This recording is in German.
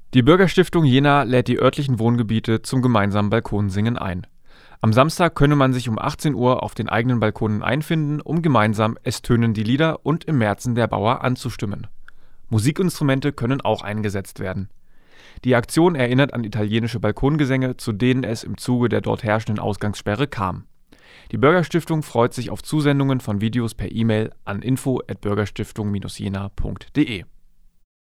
Die Bürgerstiftung Jena lädt die örtlichen Wohngebiete zum gemeinsamen Balkonsingen ein. Am Samstag könne man sich um 18 Uhr auf den eigenen Balkonen einfinden, um gemeinsam Es tönen die Lieder und Im Märzen der Bauer anzustimmen. Musikinstrumente können auch eingesetzt werden. Die Aktion erinnert an italienische Balkongesänge, zu denen es im Zuge der dort herrschenden Ausgangssperre kam. Die Bürgerstiftung freut sich auf Zusendungen von Videos per E-Mail an info@bürgerstiftung-jena.de.